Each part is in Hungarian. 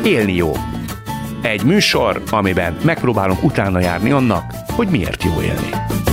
Élni jó. Egy műsor, amiben megpróbálunk utána járni annak, hogy miért jó élni.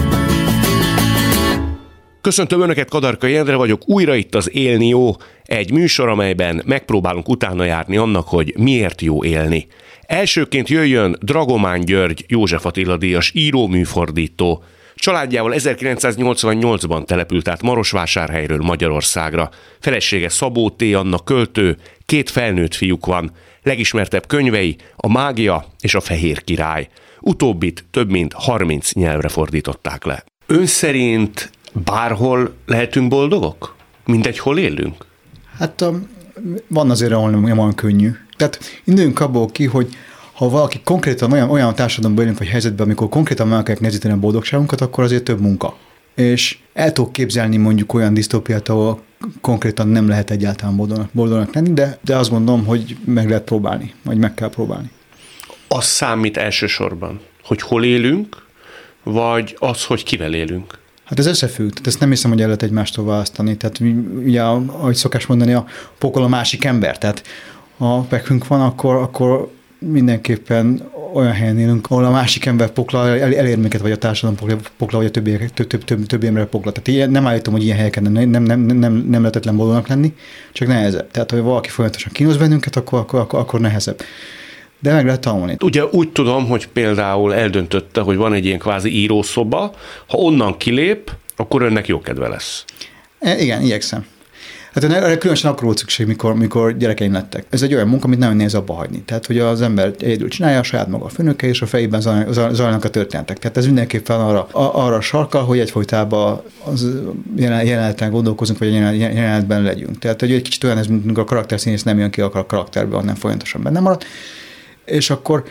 Köszöntöm Önöket, Kadarkai Endre vagyok, újra itt az Élni jó, egy műsor, amelyben megpróbálunk utána járni annak, hogy miért jó élni. Elsőként jöjjön Dragomán György József Attila díjas író, műfordító. Családjával 1988-ban települt át Marosvásárhelyről Magyarországra. Felesége Szabó T. Anna költő, 2 felnőtt fiúk van. Legismertebb könyvei a Mágia és a Fehér Király. Utóbbit több mint 30 nyelvre fordították le. Ön szerint bárhol lehetünk boldogok? Mindegy, hol élünk? Hát van azért, ahol nem olyan könnyű. Tehát induljunk abból ki, hogy ha valaki konkrétan olyan társadalomban élünk, vagy helyzetben, amikor konkrétan meg kell nehezíteni a boldogságunkat, akkor azért több munka. És el tudok képzelni mondjuk olyan disztópiát, ahol konkrétan nem lehet egyáltalán boldognak lenni, de azt gondolom, hogy meg lehet próbálni, vagy meg kell próbálni. Az számít elsősorban, hogy hol élünk, vagy az, hogy kivel élünk? Hát ez összefügg, tehát ezt nem hiszem, hogy el lehet egymástól választani. Tehát ugye, ahogy szokás mondani, a pokol a másik ember. Tehát ha pekünk van, akkor mindenképpen olyan helyen élünk, ahol a másik ember pokla elér minket, vagy a társadalom pokla, vagy a többi ember pokla. Tehát nem állítom, hogy ilyen helyeken nem lehetetlen boldognak lenni, csak nehezebb. Tehát, ha valaki folyamatosan kínos bennünket, akkor nehezebb. De meg lehet tanulni. Ugye úgy tudom, hogy például eldöntötte, hogy van egy ilyen kvázi írószoba, ha onnan kilép, akkor önnek jó kedve lesz. Igen, igyekszem. Hát erre különösen akkor volt szükség, mikor gyerekeim lettek. Ez egy olyan munka, amit nagyon nehéz abba hagyni. Tehát, hogy az ember egyedül csinálja, a saját maga a főnöke, és a fejében zajlanak a történetek. Tehát ez mindenképpen arra sarkal, hogy egyfolytában az jelenetben gondolkozunk, vagy jelenetben legyünk. Tehát egy kicsit olyan ez, mint a karakterszínész nem jön ki a karakterbe, hanem folyamatosan benne marad. És akkor,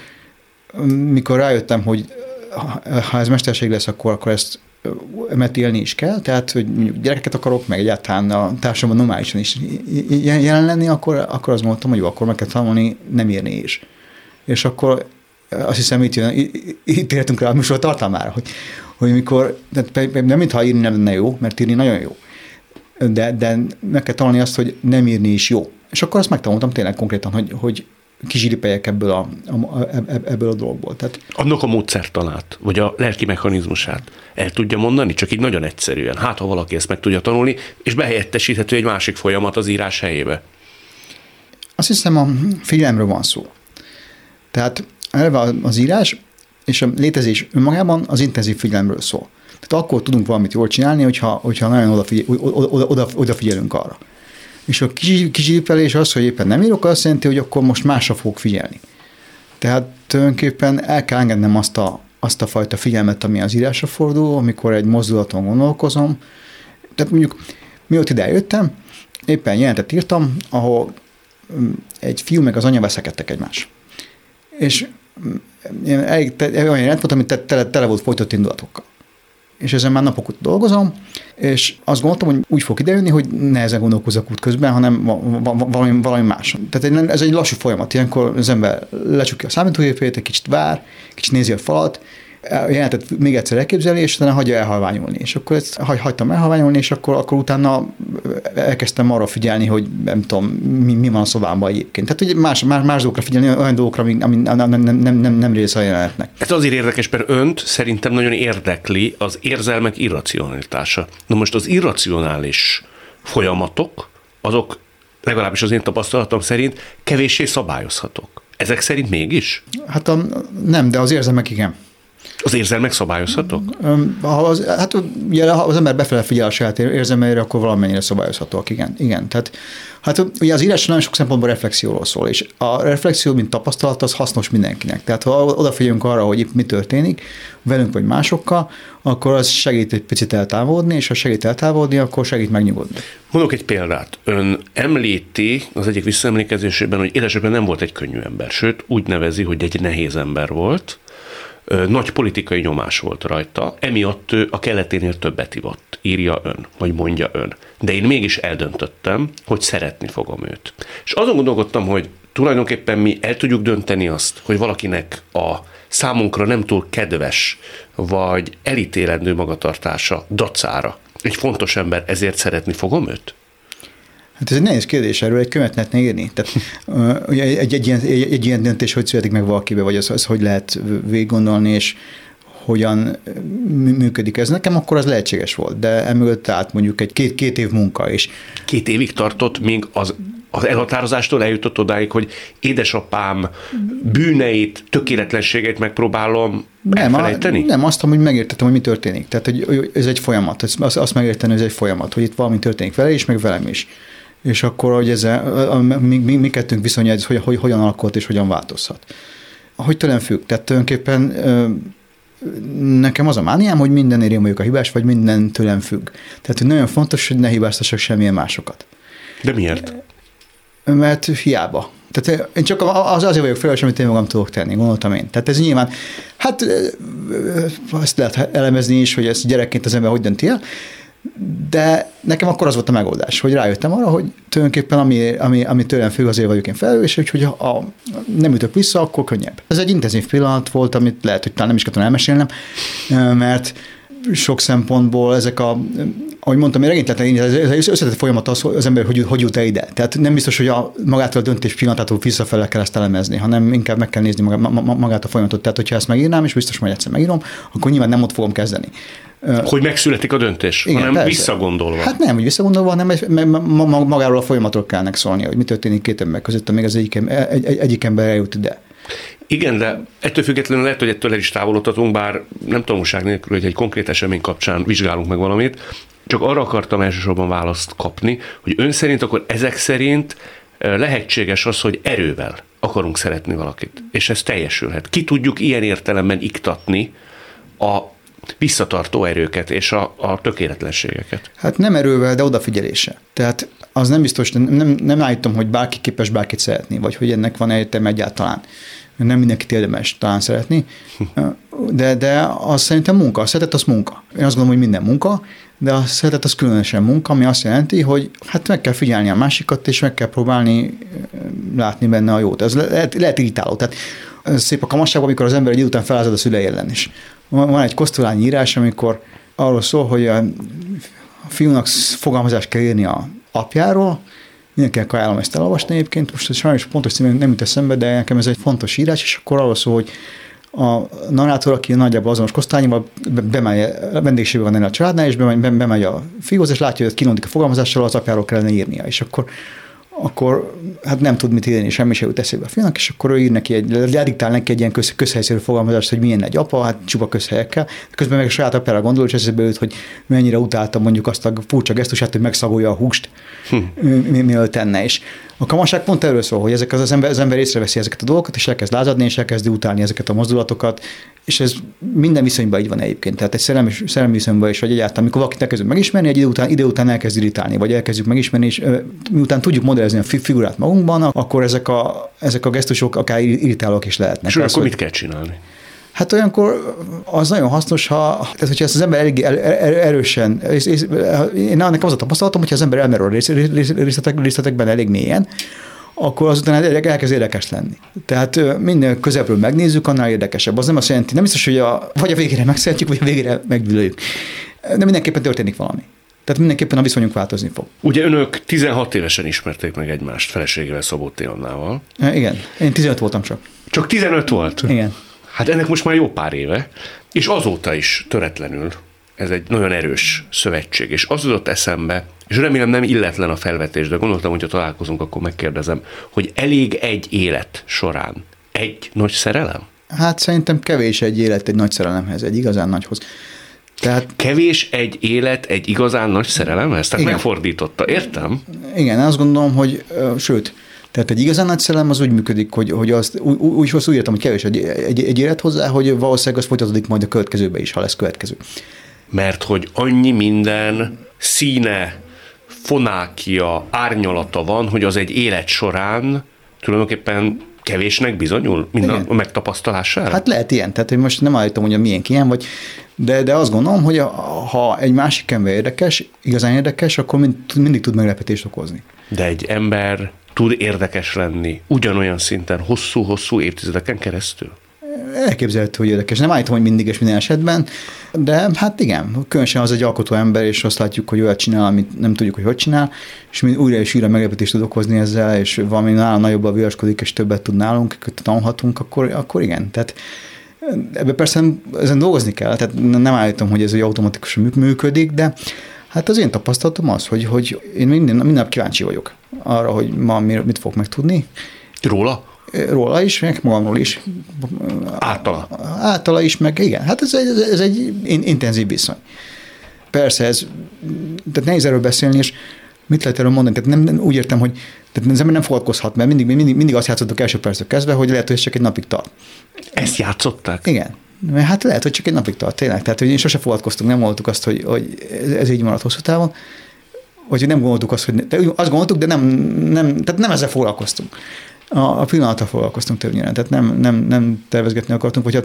mikor rájöttem, hogy ha ez mesterség lesz, akkor ezt mert élni is kell, tehát, hogy gyerekeket akarok, meg egyáltalán a társadalomban normálisan is jelen lenni, akkor azt mondtam, hogy jó, akkor meg kell tanulni nem írni is. És akkor azt hiszem, itt értünk rá a műsor tartalmára, hogy mikor, nem mintha írni nem lenne jó, mert írni nagyon jó, de meg kell tanulni azt, hogy nem írni is jó. És akkor azt megtanultam tényleg konkrétan, hogy kizsilipeljek ebből a dologból. Tehát annak a módszertanát, vagy a lelki mechanizmusát el tudja mondani, csak így nagyon egyszerűen. Hát, ha valaki ezt meg tudja tanulni, és behelyettesíthető egy másik folyamat az írás helyébe. Azt hiszem, a figyelemről van szó. Tehát eleve az írás és a létezés önmagában az intenzív figyelemről szól. Tehát akkor tudunk valamit jól csinálni, hogyha nagyon odafigyelünk arra. És a kizsípelés az, hogy éppen nem írok, azt jelenti, hogy akkor most másra fogok figyelni. Tehát tulajdonképpen el kell engednem azt a fajta figyelmet, ami az írásra fordul, amikor egy mozdulaton gondolkozom. Tehát mondjuk, mióta ide jöttem, éppen jelentet írtam, ahol egy fiú meg az anya veszekedtek egymás. És olyan jelent volt, ami tele volt folytott indulatokkal. És ezen már napok óta dolgozom, és azt gondoltam, hogy úgy fog idejönni, hogy nehezen gondolkozzak útközben, hanem valami más. Tehát ez egy lassú folyamat. Ilyenkor az ember lecsukja a számítógépét, egy kicsit vár, kicsit nézi a falat, jelentet még egyszer elképzeli, és utána hagyja elhalványulni. És akkor ezt hagytam elhalványulni, és akkor utána elkezdtem arra figyelni, hogy nem tudom, mi van a szobámban egyébként. Tehát, hogy más dolgokra figyelni, olyan dolgokra, ami nem része a jelenetnek. Ez azért érdekes, mert önt szerintem nagyon érdekli az érzelmek irracionalitása. Na most az irracionális folyamatok, azok legalábbis az én tapasztalatom szerint kevéssé szabályozhatók. Ezek szerint mégis? Hát nem, de az érzelmek igen. Az érzelmek szabályozhatók? Ha az ember befele figyel a saját érzelmeire, akkor valamennyire szabályozhatóak, igen. Tehát, hát ugye az írás nagyon sok szempontból reflexióról szól, és a reflexió, mint tapasztalat, az hasznos mindenkinek. Tehát ha odafigyelünk arra, hogy itt mi történik, velünk vagy másokkal, akkor az segít egy picit eltávolodni, és ha segít eltávolodni, akkor segít megnyugodni. Mondok egy példát. Ön említi az egyik visszaemlékezésében, hogy édesapja nem volt egy könnyű ember, sőt úgy nevezi, hogy egy nehéz ember volt. Nagy politikai nyomás volt rajta, emiatt ő a keleténél többet ivott, írja ön, vagy mondja ön. De én mégis eldöntöttem, hogy szeretni fogom őt. És azon gondolkodtam, hogy tulajdonképpen mi el tudjuk dönteni azt, hogy valakinek a számunkra nem túl kedves, vagy elítélendő magatartása dacára egy fontos ember, ezért szeretni fogom őt? Hát ez egy nehéz kérdés, erről egy könyvet lehetne írni. Tehát egy ilyen döntés, hogy születik meg valakibe, vagy az hogy lehet végiggondolni, és hogyan működik ez. Nekem akkor az lehetséges volt, de emögött állt mondjuk egy két év munka is. 2 évig tartott, még az elhatározástól eljutott odáig, hogy édesapám bűneit, tökéletlenségeit megpróbálom elfelejteni? Nem, azt, hogy megértettem, hogy mi történik. Tehát, hogy ez egy folyamat. Azt megérteni, hogy ez egy folyamat, hogy itt valami történik vele is, meg velem is. És akkor, hogy mi kettőnk viszonya, hogy hogyan alakult és hogyan változhat. Hogy tőlem függ. Tehát tulajdonképpen nekem az a mániám, hogy mindenért én vagyok a hibás, vagy minden tőlem függ. Tehát hogy nagyon fontos, hogy ne hibáztassak semmilyen másokat. De miért? Mert hiába. Tehát én csak azért vagyok felelős, amit én magam tudok tenni, gondoltam én. Tehát ez nyilván, hát azt lehet elemezni is, hogy ezt gyerekként az ember hogy dönti el, de nekem akkor az volt a megoldás, hogy rájöttem arra, hogy tulajdonképpen ami tőlem függ, azért vagyok én felelős, és hogy ha nem ütök vissza, akkor könnyebb. Ez egy intenzív pillanat volt, amit lehet, hogy talán nem is kell elmesélnem, mert sok szempontból ezek ahogy mondtam, én regényt lehet, ez összetett folyamat az ember, hogy jut el ide. Tehát nem biztos, hogy magától a döntés pillanatától visszafele kell ezt elemezni, hanem inkább meg kell nézni magát a folyamatot. Tehát, hogyha ezt megírnám, és biztos majd egyszer megírom, akkor nyilván nem ott fogom kezdeni. Hogy megszületik a döntés, igen, hanem persze. Visszagondolva. Hát nem, hogy visszagondolva, hanem magáról a folyamatról kellene szólni, hogy mi történik két ember között, amíg az egyik ember eljut ide. Igen, de ettől függetlenül lehet, hogy ettől el is távolodhatunk, bár nem tanulság nélkül, hogy egy konkrét esemény kapcsán vizsgálunk meg valamit. Csak arra akartam elsősorban választ kapni, hogy ön szerint akkor ezek szerint lehetséges az, hogy erővel akarunk szeretni valakit, és ez teljesülhet. Ki tudjuk ilyen értelemben iktatni a visszatartó erőket és a tökéletlenségeket? Hát nem erővel, de odafigyelése. Tehát az nem biztos, nem állítom, hogy bárki képes bárkit szeretni, vagy hogy ennek van értelme egyáltalán. Nem mindenkit érdemes talán szeretni, de az szerintem munka. A szeretet az munka. Én azt gondolom, hogy minden munka, de a szeretet az különösen munka, ami azt jelenti, hogy hát meg kell figyelni a másikat, és meg kell próbálni látni benne a jót. Ez lehet irritáló. Tehát ez szép a kamasságban, amikor az ember egy idő után felázad a szülei ellen is. Van egy Kosztolányi írás, amikor arról szól, hogy a fiúnak fogalmazást kell írni a apjáról, mindenkinek ajánlom ezt elolvasni egyébként, most sajnos pontos címén nem jut eszembe, de nekem ez egy fontos írás, és akkor arról szól, hogy a narrátor, aki nagyjából azonos Kosztolányival vendégségben van a családnál, és bemegy a fiúhoz, és látja, hogy kilódik a fogalmazással, az apjáról kellene írnia, és akkor hát nem tud mit írni, semmi se jut eszébe a fiúnak, és akkor ő ír neki lediktál neki egy ilyen közhelyszerű fogalmazást, hogy milyen egy apa, hát csupa közhelyekkel. Közben meg a saját apjára gondol, és eszébe jut, hogy mennyire utálta mondjuk azt a furcsa gesztusát, hogy megszagolja a húst, mielőtt tenne. És a kamasság pont erről szól, hogy az ember észreveszi ezeket a dolgokat, és elkezd lázadni, és elkezdi utálni ezeket a mozdulatokat, és ez minden viszonyban így van egyébként. Tehát egy szerelmi viszonyban is, vagy egyáltalán, amikor valakit elkezdünk megismerni, egy idő után elkezd irritálni, vagy elkezdjük megismerni, és miután tudjuk modellezni a figurát magunkban, akkor ezek a gesztusok akár irritálók is lehetnek. És akkor mit kell csinálni? Hát olyankor az nagyon hasznos, tehát hogyha ezt az ember elég erősen, nekem az a tapasztalatom, hogyha az ember elmerül részletekben elég mélyen, akkor azután elkezd érdekes lenni. Tehát minél közelebbről megnézzük, annál érdekesebb. Az nem azt jelenti, nem biztos, hogy vagy a végére megszeretjük, vagy a végére meggyűlöljük. De mindenképpen történik valami. Tehát mindenképpen a viszonyunk változni fog. Ugye önök 16 évesen ismerték meg egymást feleségével, Szabó Annával. Igen, én 15 voltam csak. Csak 15 volt? Igen. Hát ennek most már jó pár éve, és azóta is töretlenül ez egy nagyon erős szövetség, és az jutott eszembe, és remélem nem illetlen a felvetés, de gondoltam, hogyha találkozunk, akkor megkérdezem, hogy elég egy élet során egy nagy szerelem? Hát szerintem kevés egy élet egy nagy szerelemhez, egy igazán nagyhoz. Tehát kevés egy élet egy igazán nagy szerelemhez? Tehát igen. Megfordította, értem? Igen, azt gondolom, hogy sőt, tehát egy igazán nagy szerelem az úgy működik, hogy azt úgy értem, hogy kevés egy élet hozzá, hogy valószínűleg az folytatódik majd a következőbe is, ha lesz következő. Mert hogy annyi minden színe, fonákja, árnyalata van, hogy az egy élet során tulajdonképpen kevésnek bizonyul minden a megtapasztalására? Hát lehet ilyen, tehát én most nem állítom, hogy milyen ilyen vagy, de azt gondolom, hogy ha egy másik ember érdekes, igazán érdekes, akkor mindig tud meglepetést okozni. De egy ember tud érdekes lenni ugyanolyan szinten hosszú-hosszú évtizedeken keresztül? Elképzelhető, hogy érdekes. Nem állítom, hogy mindig és minden esetben, de hát igen, különösen az egy alkotó ember, és azt látjuk, hogy olyat csinál, amit nem tudjuk, hogy hogy és mi újra és újra meglepetést tud okozni ezzel, és valami nála nagyobbal viaskodik, és többet tud nálunk, tanulhatunk, akkor igen. Tehát ebben persze ezen dolgozni kell, tehát nem állítom, hogy ez automatikusan működik, de hát az én tapasztalatom az, hogy én minden nap kíváncsi vagyok arra, hogy ma mit fogok megtudni. Róla? Róla is, meg magamról is. Általa is, meg igen. Hát ez egy intenzív viszony. Persze tehát nehéz erről beszélni, és mit lehet erről mondani? Tehát nem úgy értem, hogy tehát az ember nem fogadkozhat, mert mindig azt játszottuk első perctől kezdve, hogy lehet, hogy ez csak egy napig tart. Ezt játszották? Igen. Mert hát lehet, hogy csak egy napig tart, tényleg. Tehát, hogy én sose fogadkoztunk, nem gondoltuk azt, hogy ez így maradt hosszú távon, vagy nem gondoltuk azt, hogy azt gondoltuk, de tehát nem ezzel foglalkoztunk. A pillanattal foglalkoztunk többnyire, tehát nem tervezgetni akartunk, vagy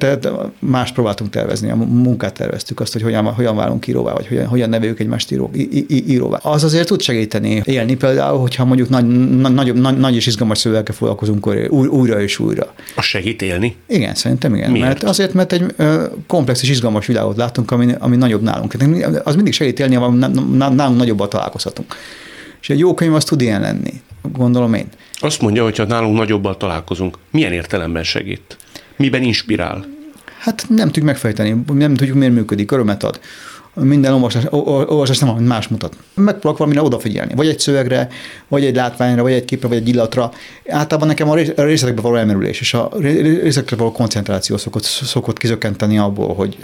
más próbáltunk tervezni, a munkát terveztük, azt, hogy hogyan válunk íróvá, vagy hogyan neveljük egymást íróvá. Az azért tud segíteni élni például, hogyha mondjuk nagy és izgalmas szövegekkel foglalkozunk újra és újra. Az segít élni? Igen, szerintem igen. Miért? Mert egy komplex és izgalmas világot látunk, ami nagyobb nálunk. Az mindig segít élni, ha nálunk nagyobbat találkozhatunk. És egy jó könyv az tud ilyen lenni, gondolom én. Azt mondja, hogy ha nálunk nagyobbal találkozunk, milyen értelemben segít? Miben inspirál? Hát nem tudjuk megfejteni, nem tudjuk, miért működik, örömet ad. Minden olvasás nem, amit más mutat. Megpróbálok valamire odafigyelni. Vagy egy szövegre, vagy egy látványra, vagy egy képre, vagy egy illatra. Általában nekem a részletekbe való elmerülés, és a részletekbe való koncentráció szokott kizökkenteni abból, hogy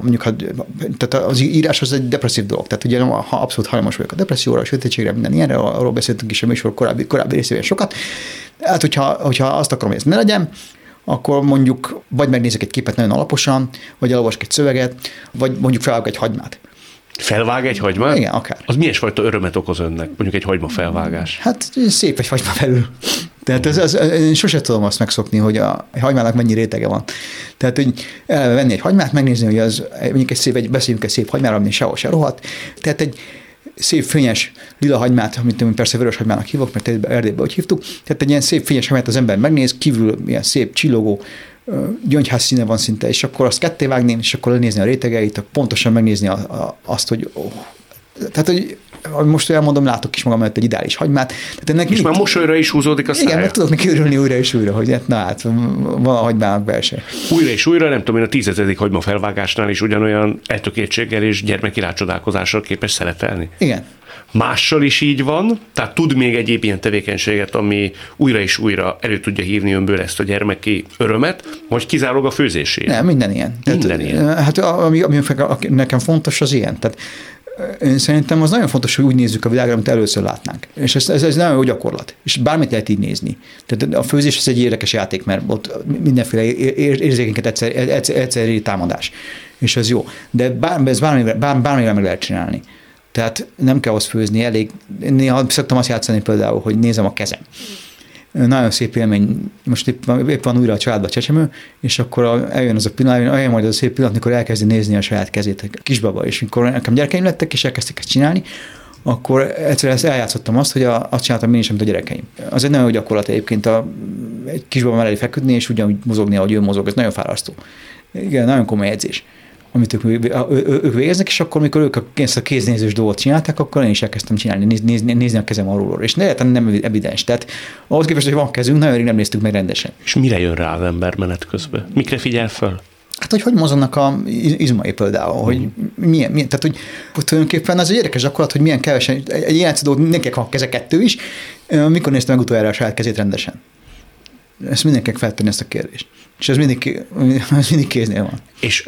tehát az írás az egy depresszív dolog. Tehát ugye ha abszolút hajlamos vagyok a depresszióra, a sötétségre, minden ilyenre, arról beszéltünk is a műsor korábbi részében sokat. Hát, hogyha azt akarom, hogy ez ne legyen, akkor mondjuk vagy megnézek egy képet nagyon alaposan, vagy elolvasok egy szöveget, vagy mondjuk felvágok egy hagymát. Felvág egy hagymát? Igen, akár. Az milyen fajta örömet okoz önnek, mondjuk egy hagyma felvágás? Hát szép egy hagyma belül. Tehát én sose tudom azt megszokni, hogy a hagymának mennyi rétege van. Tehát, hogy venni egy hagymát, megnézni, hogy az mondjuk beszéljünk egy szép hagymára, ami sehol se rohadt. Tehát egy szép fényes lila hagymát, amit persze vörös hagymának hívok, mert Erdélyben úgy hívtuk. Tehát egy ilyen szép fényes hagymát az ember megnéz, kívül ilyen szép csillogó gyöngyház színe van szinte, és akkor azt ketté vágni, és akkor lenézni a rétegeit, pontosan megnézni azt, hogy tehát, hogy most elmondom, látok is magam előtt egy ideális hagymát. És már mosolyra is húzódik a szája. Igen, meg tudok neki örülni újra és újra, hogy van a hagymának belső. Újra és újra, nem tudom én, a 10 000. hagyma felvágásnál is ugyanolyan eltökéltséggel és gyermeki rácsodálkozással képes szeretelni. Igen. Mással is így van, tehát tud még egyéb ilyen tevékenységet, ami újra és újra elő tudja hívni önből ezt a gyermeki örömet, vagy kizárólag a főzését. Nem, minden ilyen. Minden ilyen. Hát ami nekem fontos, az ilyen. Tehát én szerintem az nagyon fontos, hogy úgy nézzük a világra, amit először látnánk. És ez nagyon jó gyakorlat. És bármit lehet így nézni. Tehát a főzés az egy érdekes játék, mert ott mindenféle érzékenket egyszerű támadás. És ez jó. De ezt bármivel meg lehet csinálni. Tehát nem kell azt főzni, elég. Néha szoktam azt játszani például, hogy nézem a kezem. Nagyon szép élmény, most épp van újra a családba csecsemő, és akkor eljön az a pillanat, eljön majd az a szép pillanat, amikor elkezdi nézni a saját kezét a kisbaba, és mikor nekem gyerekeim lettek, és elkezdték ezt csinálni, akkor egyszerűen eljátszottam azt, hogy azt csináltam én is, mint a gyerekeim. Az egy nagyon jó gyakorlat egyébként egy kisbaba mellé feküdni, és ugyanúgy mozogni, ahogy ő mozog, ez nagyon fárasztó. Igen, nagyon komoly edzés, amit ők végeznek, és akkor, amikor ők ezt a kéznézős dolgot csinálták, akkor én is elkezdtem csinálni, nézni a kezem alulról. És nem evidens. Tehát ahhoz képest, hogy van kezünk, nagyon rég nem néztük meg rendesen. És mire jön rá az ember menet közben? Mikre figyel föl? Hát, hogy mozognak a izmai például, hogy milyen, tehát, hogy tulajdonképpen az egy érdekes gyakorlat, hogy milyen kevesen, egy ilyen dolog, mindenkinek van keze kettő is, mikor néztem meg utoljára a saját kezét rendesen. Ezt mindenkinek feltenni ezt a kérdést. És ez mindig kéznél van.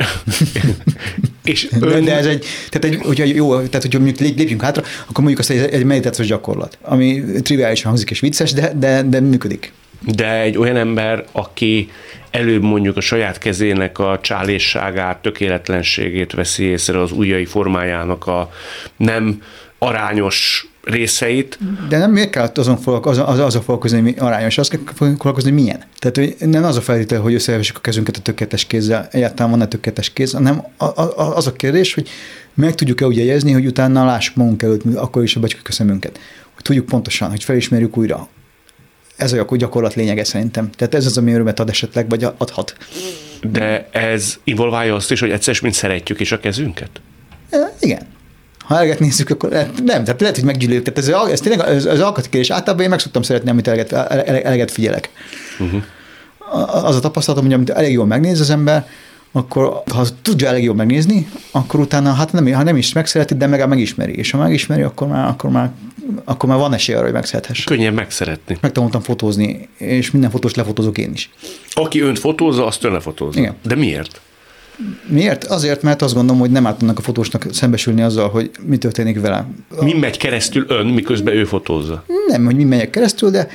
És de ez hogyha mondjuk lépjünk hátra, akkor mondjuk azt egy meditációs gyakorlat, ami triviálisan hangzik és vicces, de működik. De egy olyan ember, aki előbb mondjuk a saját kezének a csálészságát, tökéletlenségét veszi észre, az ujjai formájának a nem arányos részeit. De nem miért kell azon foglalkozni, hogy mi arányos, azt kell foglalkozni, hogy milyen. Tehát hogy nem az a feltétel, hogy összevessük a kezünket a tökéletes kézzel, egyáltalán van-e tökéletes kéz, hanem az a kérdés, hogy meg tudjuk-e úgy jegyezni, hogy utána lássuk magunk előtt, akkor is a becsukjuk a szemünket. Hogy tudjuk pontosan, hogy felismerjük újra. Ez a gyakorlat lényege szerintem. Tehát ez az, ami örömet ad esetleg, vagy adhat. De ez involválja azt is, hogy egyszer mint szeretjük is a kezünket? Igen. Ha eleget nézzük, akkor nem, tehát lehet, hogy meggyűlöljük. Tehát ez tényleg az alkati kérdés. Általában én meg szoktam szeretni, amit eleget figyelek. Az a tapasztalatom, hogy amit elég jól megnéz az ember, akkor ha tudja elég jól megnézni, akkor utána, hát ha nem is megszereti, de megismeri. És ha megismeri, akkor már van esély arra, hogy megszerethesse. Könnyen megszeretni. Megtanultam fotózni, és minden fotóst lefotózok én is. Aki önt fotózza, azt ön lefotózza. Igen. De miért? Miért? Azért, mert azt gondolom, hogy nem át a fotósnak szembesülni azzal, hogy mi történik vele. Mi megy keresztül ön, miközben ő fotózza? Nem, hogy mi megyek keresztül, de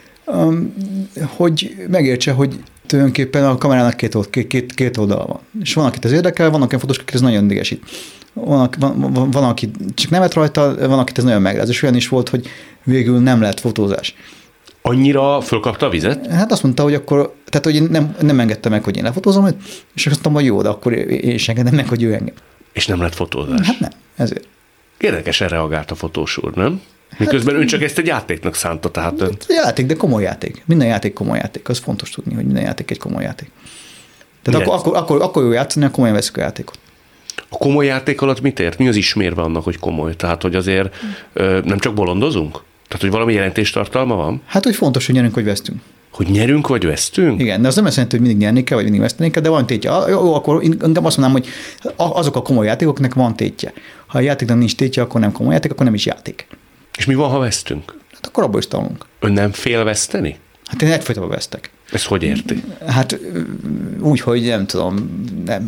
hogy megértse, hogy tulajdonképpen a kamerának két oldala van. És van, akit ez érdekel, vannak olyan fotósok, akit ez nagyon idegesít. Van, aki csak nevet rajta, van, akit ez nagyon megráz. És olyan is volt, hogy végül nem lett fotózás. Annyira fölkapta a vizet? Hát azt mondta, hogy akkor, tehát hogy nem engedte meg, hogy én lefotózom, és azt mondtam, hogy jó, de akkor én is engedem meg, hogy ő engem. És nem lett fotózás? Hát nem, ezért. Érdekesen reagált a fotós úr, nem? Miközben ön csak ezt egy játéknak szánta, tehát ön... Játék, de komoly játék. Minden játék komoly játék. Az fontos tudni, hogy minden játék egy komoly játék. Tehát akkor jó játszani, akkor komolyan veszük a játékot. A komoly játék alatt mit ért? Mi az ismérve annak, hogy komoly? Tehát, hogy azért nem csak bolondozunk? Tehát, hogy valami jelentéstartalma van? Hát, hogy fontos, hogy nyerünk, vagy vesztünk. Hogy nyerünk, vagy vesztünk? Igen, de az nem azt jelenti, hogy mindig nyerni kell, vagy mindig veszteni kell, de van tétje. Jó, akkor inkább azt mondanám, hogy azok a komoly játékoknak van tétje. Ha a játéknak nincs tétje, akkor nem komoly játék, akkor nem is játék. És mi van, ha vesztünk? Hát akkor abból is tanulunk. Ön nem fél veszteni? Hát én egyfajtában vesztek. Ezt hogy érti? Hát úgy, hogy nem tudom,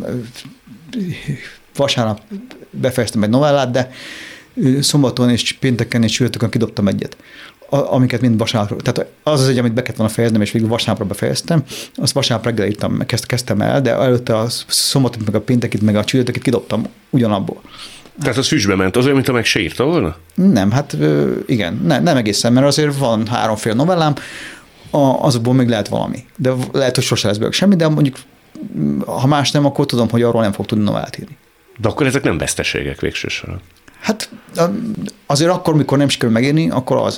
vasárnap befejeztem egy novellát, de szombaton és pénteken és csütörtökön kidobtam egyet, amiket mind vasárnapra, tehát az egy, amit be kellett volna fejeznem, és végül vasárnapra befejeztem, azt vasárnap reggel írtam, kezdtem el, de előtte a szombatot, meg a péntekit, meg a csütörtökit kidobtam ugyanabból. Tehát az füstbe ment, az olyan, mint ha meg se írta volna? Nem, hát igen, nem egészen, mert azért van 3 fél novellám, azokból még lehet valami. De lehet, hogy sose lesz belőle semmi, de mondjuk ha más nem, akkor tudom, hogy arról nem fog tudni novellát írni. De akkor ezek nem veszteségek végső soron. Hát azért akkor, mikor nem sikerül megírni,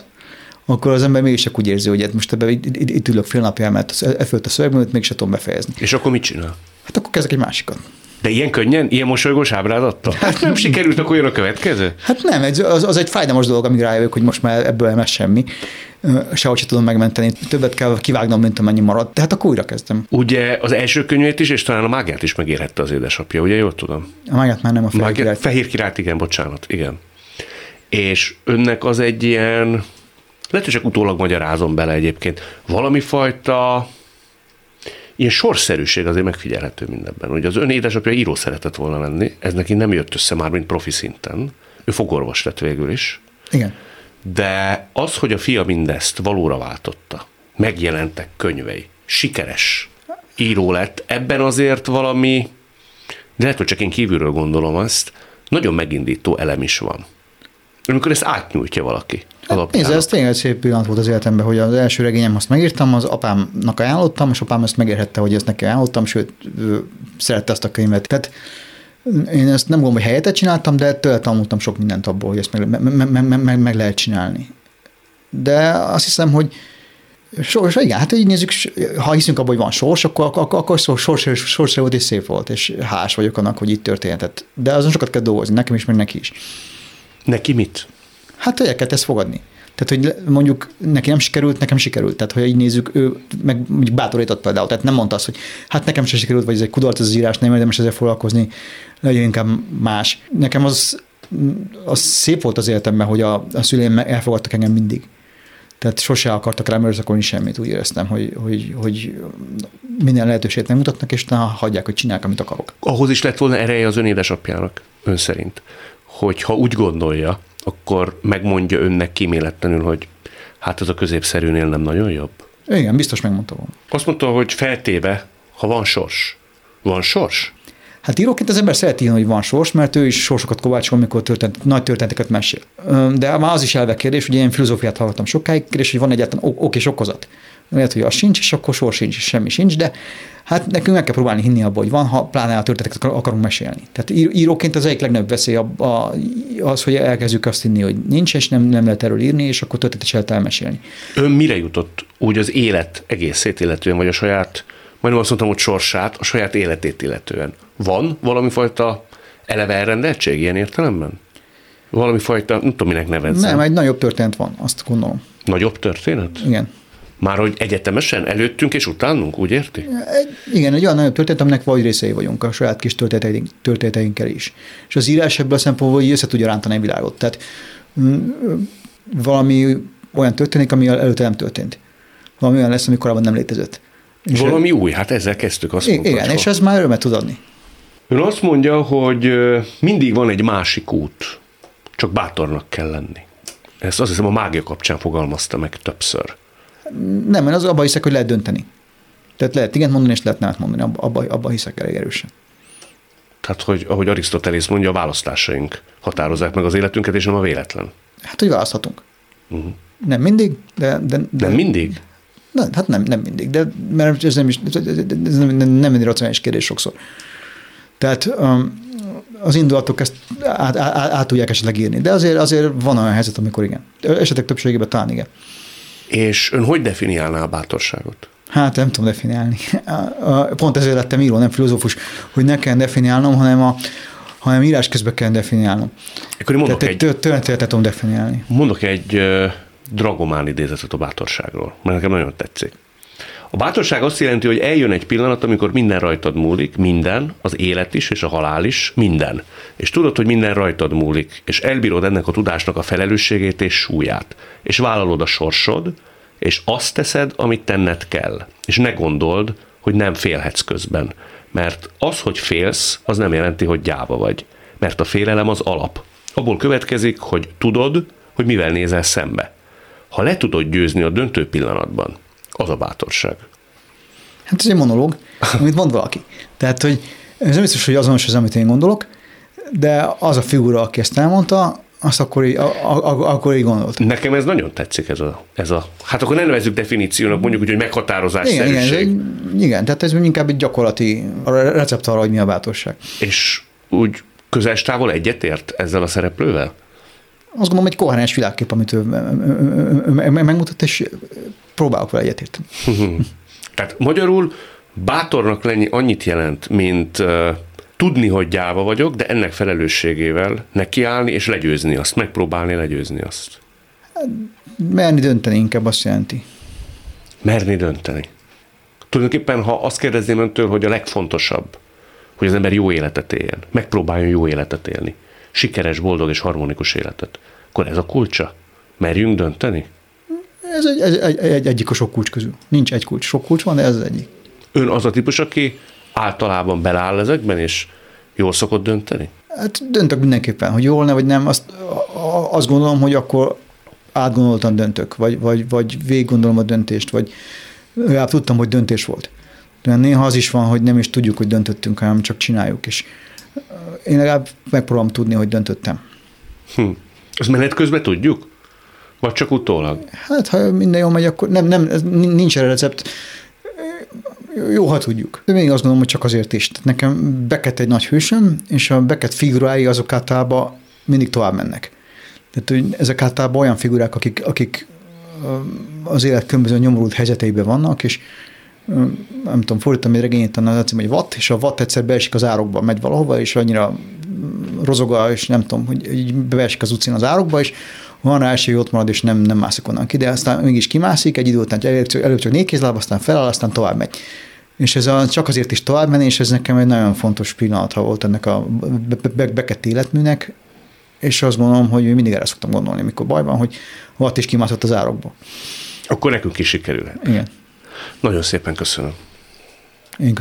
akkor az ember mégis csak úgy érzi, hogy most ebben itt ülök fél napja, mert fölött a szövegből, mégis tudom befejezni. És akkor mit csinál? Hát akkor kezdek egy másikat. De ilyen könnyen, ilyen mosolygós ábrádattal? Hát nem sikerült, akkor jön a következő? Hát nem, az egy fájdalmas dolog, amíg rájövök, hogy most már ebből nem lesz semmi. Sehogy sem tudom megmenteni. Többet kell kivágnom, mint amennyi marad. Tehát akkor újra kezdem. Ugye az első könyvét is, és talán a Mágiát is megérhette az édesapja, ugye jól tudom? A Mágiát már nem, a Fehér Királyt. Fehér Királyt, igen, bocsánat, igen. És önnek az egy ilyen, lehet, hogy csak utólag magyarázom bele egyébként, valami fajta ilyen sorszerűség azért megfigyelhető mindenben. Ugye az ön édesapja író szeretett volna lenni, ez neki nem jött össze már, mint profi szinten. Ő fogorvos lett végül is. Igen. De az, hogy a fia mindezt valóra váltotta, megjelentek könyvei, sikeres író lett, ebben azért valami, de lehet, hogy csak én kívülről gondolom azt, nagyon megindító elem is van. Amikor ezt átnyújtja valaki. Hát nézd, ez tényleg egy szép pillanat volt az életemben, hogy az első regényem azt megírtam, az apámnak ajánlottam, és apám ezt megérhette, hogy ezt neki ajánlottam, sőt, szerette azt a könyvet. Tehát én ezt nem gondolom, hogy helyettet csináltam, de tőle tanultam sok mindent abból, hogy ezt meg lehet csinálni. De azt hiszem, hogy sors, igen, hát így nézzük, ha hiszünk abban, hogy van sors, akkor sors volt és szép volt, és hálás vagyok annak, hogy itt történhetett. De azon sokat kell dolgozni, nekem is, meg neki is. Neki mit? Hát, hogy el kell ezt fogadni. Tehát, hogy mondjuk neki nem sikerült, nekem sikerült. Tehát, hogy így nézzük, ő meg mondjuk bátorított például. Tehát nem mondta azt, hogy hát nekem sem sikerült, vagy ez egy kudarc az írás, nem érdemes ezzel foglalkozni, legyen inkább más. Nekem az szép volt az életemben, hogy a szüleim elfogadtak engem mindig. Tehát sose akartak rám erőszakolni semmit. Úgy éreztem, hogy minden lehetőséget nem mutatnak, és hagyják, hogy csinálják, amit akarok. Ahhoz is lett volna ereje az ön édesapjának, ön szerint, hogy ha úgy gondolja, akkor megmondja önnek kíméletlenül, hogy hát ez a középszerűnél nem nagyon jobb? Igen, biztos megmondta volna. Azt mondta, hogy feltéve, ha van sors. Van sors? Hát íróként az ember szereti írni, hogy van sors, mert ő is sorsokat kovácsol, amikor nagy történeteket mesél. De már az is elve kérdés, ugye én filozófiát hallottam sokáig, és hogy van egyáltalán ok és okozat. lehet, hogy az sincs, és akkor sor sincs, és semmi sincs, de hát nekünk meg kell próbálni hinni abba, hogy van, ha pláne a történeteket akarunk mesélni. Tehát íróként az egyik legnagyobb veszély az, hogy elkezdjük azt hinni, hogy nincs, és nem lehet erről írni, és akkor történetet se lehet elmesélni. Ön mire jutott úgy az élet egészét illetően, vagy a saját, majdnem azt mondtam, hogy sorsát, a saját életét illetően? Van valami fajta eleve elrendeltség ilyen értelemben? Valami fajta, nem tudom, minek nevezzem. Nem, egy nagyobb történet van, azt gondolom. Nagyobb történet? Igen. Már hogy egyetemesen előttünk és utánunk, úgy érti? Igen, egy olyan nagyobb történet, aminek vagy részei vagyunk a saját kis történeteinkkel is. És az írás ebből a szempontból össze tudja rántani a világot. Tehát valami olyan történik, ami előtte nem történt. Valami olyan lesz, ami korábban nem létezett. És valami új, hát ezzel kezdtük azt mondani. Igen, és ez már örömet tud adni. Ön azt mondja, hogy mindig van egy másik út, csak bátornak kell lenni. Ezt azt hiszem a mágia kapcsán fogalmazta meg többször. Nem, én abban hiszek, hogy lehet dönteni. Tehát lehet igent mondani, és lehet nemet mondani. Abban hiszek elég erősen. Tehát, hogy ahogy Arisztotelész mondja, a választásaink határozzák meg az életünket, és nem a véletlen. Hát, hogy választhatunk. Nem mindig, de nem mindig? Hát nem mindig, de mert ez nem mindig racionális kérdés sokszor. Tehát az indulatok ezt át tudják esetleg írni, de azért van olyan helyzet, amikor igen. Esetek többségében talán igen. És ön hogy definiálná a bátorságot? Hát nem tudom definiálni. Pont ezért lettem író, nem filozófus, hogy ne kell definiálnom, hanem írás közben kell definiálnom. Akkor mondok történetet tudom definiálni. Mondok egy Dragomán idézetet a bátorságról, mert nekem nagyon tetszik. A bátorság azt jelenti, hogy eljön egy pillanat, amikor minden rajtad múlik, minden, az élet is és a halál is, minden. És tudod, hogy minden rajtad múlik, és elbírod ennek a tudásnak a felelősségét és súlyát. És vállalod a sorsod, és azt teszed, amit tenned kell. És ne gondold, hogy nem félhetsz közben. Mert az, hogy félsz, az nem jelenti, hogy gyáva vagy. Mert a félelem az alap. Abból következik, hogy tudod, hogy mivel nézel szembe. Ha le tudod győzni a döntő pillanatban, az a bátorság. Hát ez egy monológ, amit mond valaki. Tehát, hogy ez nem biztos, hogy azonos az, amit én gondolok, de az a figura, aki ezt elmondta, azt akkor így gondolt. Nekem ez nagyon tetszik, ez a hát akkor ne nevezzük definíciónak, mondjuk úgy, hogy meghatározásszerűség. Igen, tehát ez inkább egy gyakorlati recept arra, hogy mi a bátorság. És úgy közels távol egyetért ezzel a szereplővel? Azt gondolom, egy koherens világkép, amit ő megmutat, és próbálok vele egyetérteni. Tehát magyarul bátornak lenni annyit jelent, mint tudni, hogy gyáva vagyok, de ennek felelősségével nekiállni és legyőzni azt, megpróbálni legyőzni azt. Merni dönteni inkább azt jelenti. Merni dönteni. Tulajdonképpen, ha azt kérdezném öntől, hogy a legfontosabb, hogy az ember jó életet éljen, megpróbáljon jó életet élni, sikeres, boldog és harmonikus életet, akkor ez a kulcsa? Merjünk dönteni? Ez egyik a sok kulcs közül. Nincs egy kulcs, sok kulcs van, de ez az egyik. Ön az a típus, aki általában beleáll ezekben, és jól szokott dönteni? Hát döntök mindenképpen, hogy jól, ne vagy nem. Azt gondolom, hogy akkor átgondoltan döntök, vagy végig gondolom a döntést, vagy legalább tudtam, hogy döntés volt. De néha az is van, hogy nem is tudjuk, hogy döntöttünk, hanem csak csináljuk, és én legalább megpróbálom tudni, hogy döntöttem. Ezt menet közben tudjuk? Vagy csak utólag? Hát, ha minden jól megy, akkor nincs erre recept. Jó, ha tudjuk. De még azt gondolom, hogy csak azért is. Tehát nekem Beckett egy nagy hősöm, és a Beckett figurái azok általában mindig tovább mennek. Tehát hogy ezek általában olyan figurák, akik az élet különböző nyomorult helyzeteiben vannak, és nem tudom, fordítom egy regényét, annak hogy Watt, és a Watt egyszer beesik az árokba, megy valahova, és annyira rozog, és nem tudom, hogy beesik az utcán az árokba, és van rá esély, hogy ott marad, és nem mászik onnan ki, de aztán mégis kimászik, egy idő után előbb csak 4 kézláb, aztán feláll, aztán tovább megy. És ez csak azért is tovább menni, és ez nekem egy nagyon fontos pillanat volt ennek a Beckett életműnek, és azt gondolom, hogy mindig erre szoktam gondolni, amikor baj van, hogy Watt is kimászott az árokba. Akkor nekünk is sikerülhet. Igen. Nagyon szépen köszönöm.